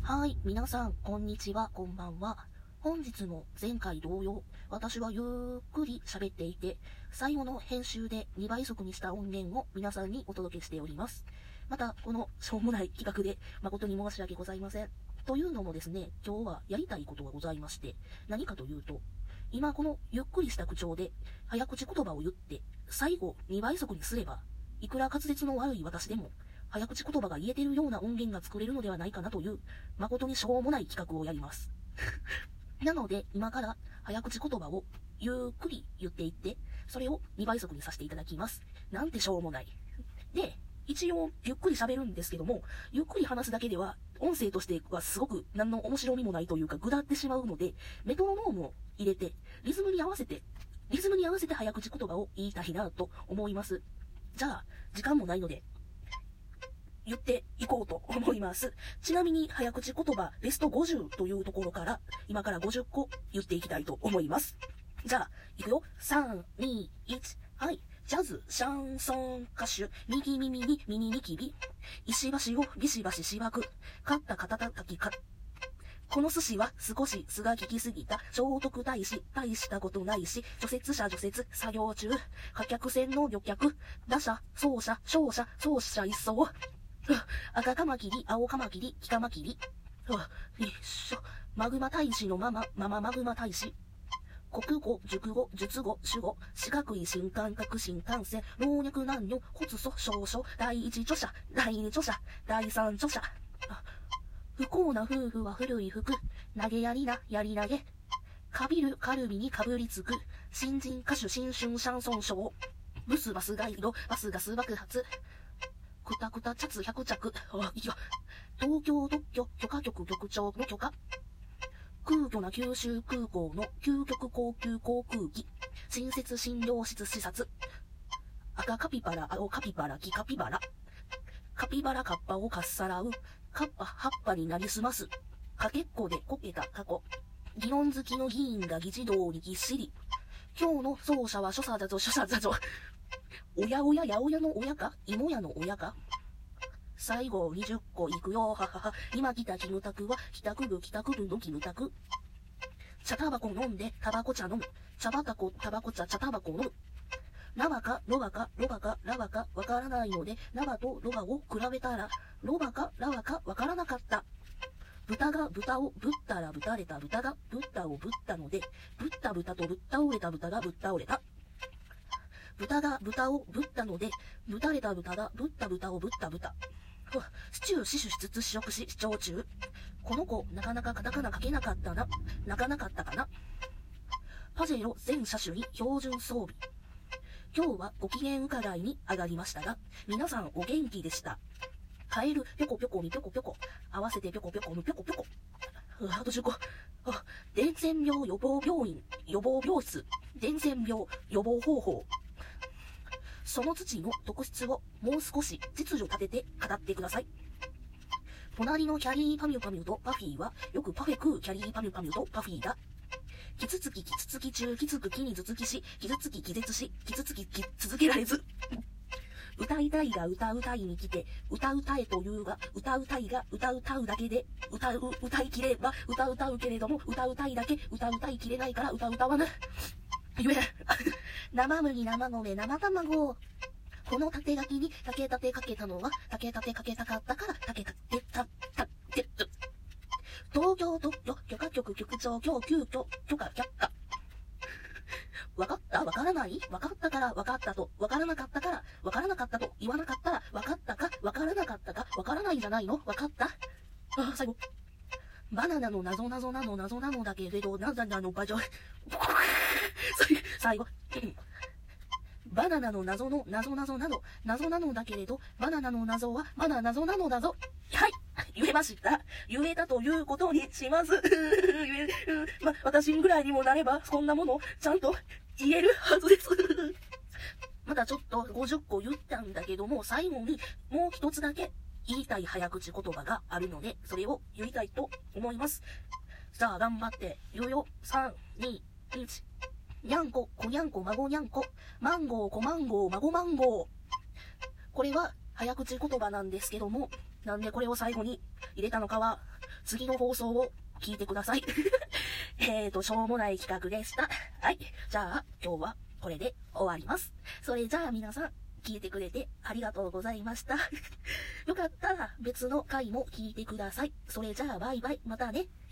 はい、皆さん、こんにちは、こんばんは。本日も前回同様、私はゆっくり喋っていて、最後の編集で2倍速にした音源を皆さんにお届けしております。また、このしょうもない企画で誠に申し訳ございません。というのもですね、今日はやりたいことがございまして、何かというと、今このゆっくりした口調で早口言葉を言って、最後2倍速にすれば、いくら滑舌の悪い私でも、早口言葉が言えてるような音源が作れるのではないかなという、誠にしょうもない企画をやります。なので、今から早口言葉をゆっくり言っていって、それを2倍速にさせていただきます。なんてしょうもない。で、一応、ゆっくり喋るんですけども、ゆっくり話すだけでは、音声としてはすごく何の面白みもないというか、ぐだってしまうので、メトロノームを入れて、リズムに合わせて早口言葉を言いたいなと思います。じゃあ、時間もないので、言っていこうと思います。ちなみに早口言葉ベスト50というところから今から50個言っていきたいと思います。じゃあ、いくよ。3、2、1。はい。ジャズ、シャンソン歌手、右耳にミニニキビ、石橋をビシバシしばく、勝った肩たたきか、この寿司は少し酢が効きすぎた聖徳太子、大したことないし、除雪車除雪、作業中、貨客船の旅客、打者、走者、勝者、走者一掃、赤カマキリ、青カマキリ、黄カマキリ。マグマ大使のマママグマ大使。国語、熟語、術語、主語、四角い新感覚新幹線、老若男女、骨粗鬆症、第一著者、第二著者、第三著者。不幸な夫婦は古い服、投げやりな、やり投げ。かびるカルビにかぶりつく、新人歌手新春シャンソンショー。ブスバスガイド、バスガス爆発。くたくたチャツ100着。東京特許許可局局長の許可。空虚な九州空港の究極高級航空機。新設診療室視察。赤カピバラ、青カピバラ、黄カピバラ。カピバラカッパをかっさらう。カッパ葉っぱになりすます。かけっこでこけた過去。議論好きの議員が議事堂にぎっしり。今日の奏者は所作だぞ、所作だぞ。おやおややおやの親か芋やの親か最後20個いくよ、ははは。今来たキムタクは、帰宅部のキムタク。茶タバコ飲んで、タバコ茶飲む。茶バタコ、タバコ茶、茶タバコ飲む。ナバか、ロバか、ロバか、ラバか、わからないので、ナバとロバを比べたら、ロバか、ラバか、わからなかった。豚が豚をぶったらぶたれた豚がブッダをぶったので、ぶった豚とぶっ倒れた豚がぶっ倒れた。豚が豚をぶったので、ぶたれた豚がぶった豚をぶった豚。シチュー死守しつつ試食し視聴中。この子、なかなかカタカナ書けなかったな。泣かなかったかな。パジェロ全車種に標準装備。今日はご機嫌伺いに上がりましたが、皆さんお元気でした。カエル、ぴょこぴょこみぴょこぴょこ。合わせてぴょこぴょこむぴょこぴょこ。あと10個。伝染病予防病院、予防病室。伝染病予防方法。その土の特質をもう少し秩序立てて語ってください。隣のキャリーパミュパミュとパフィーはよくパフェ食うキャリーパミュパミュとパフィーだ。キツツキキツツキ中キツく木に頭突きし、傷つき気絶し、キツツキ続けられず。歌いたいが歌うたいに来て、歌うたえというが、歌うたいが歌うだけで、歌いきれば、歌うけれども、歌うたいだけ、歌いきれないから歌わぬ。言えない。生麦、生米、生卵。この縦書きに竹立かけたのは、竹立かけたかったから、竹立た、東京特許許可局局長今日急遽許可却下。わかったわからないわかったからわかったと、わからなかったからわからなかったと言わなかったら、わかったかわからなかったかわからないんじゃないのわかった。最後。バナナの謎なのだけれど、なのバジョ最後。バナナの謎なのだけれど、バナナの謎はまだ謎なのだぞ。はい、言えました。言えたということにします。私ぐらいにもなれば、そんなものちゃんと言えるはずです。まだちょっと50個言ったんだけども、最後にもう一つだけ言いたい早口言葉があるので、それを言いたいと思います。さあ、頑張って言うよ。3、2、1。にゃんこ、こにゃんこ、孫にゃんこ。マンゴー、こマンゴー、孫マンゴー。これは早口言葉なんですけども、なんでこれを最後に入れたのかは、 次の放送を聞いてください。しょうもない企画でした。はい。じゃあ、今日はこれで終わります。それじゃあ皆さん、聞いてくれてありがとうございました。よかったら別の回も聞いてください。それじゃあバイバイ。またね。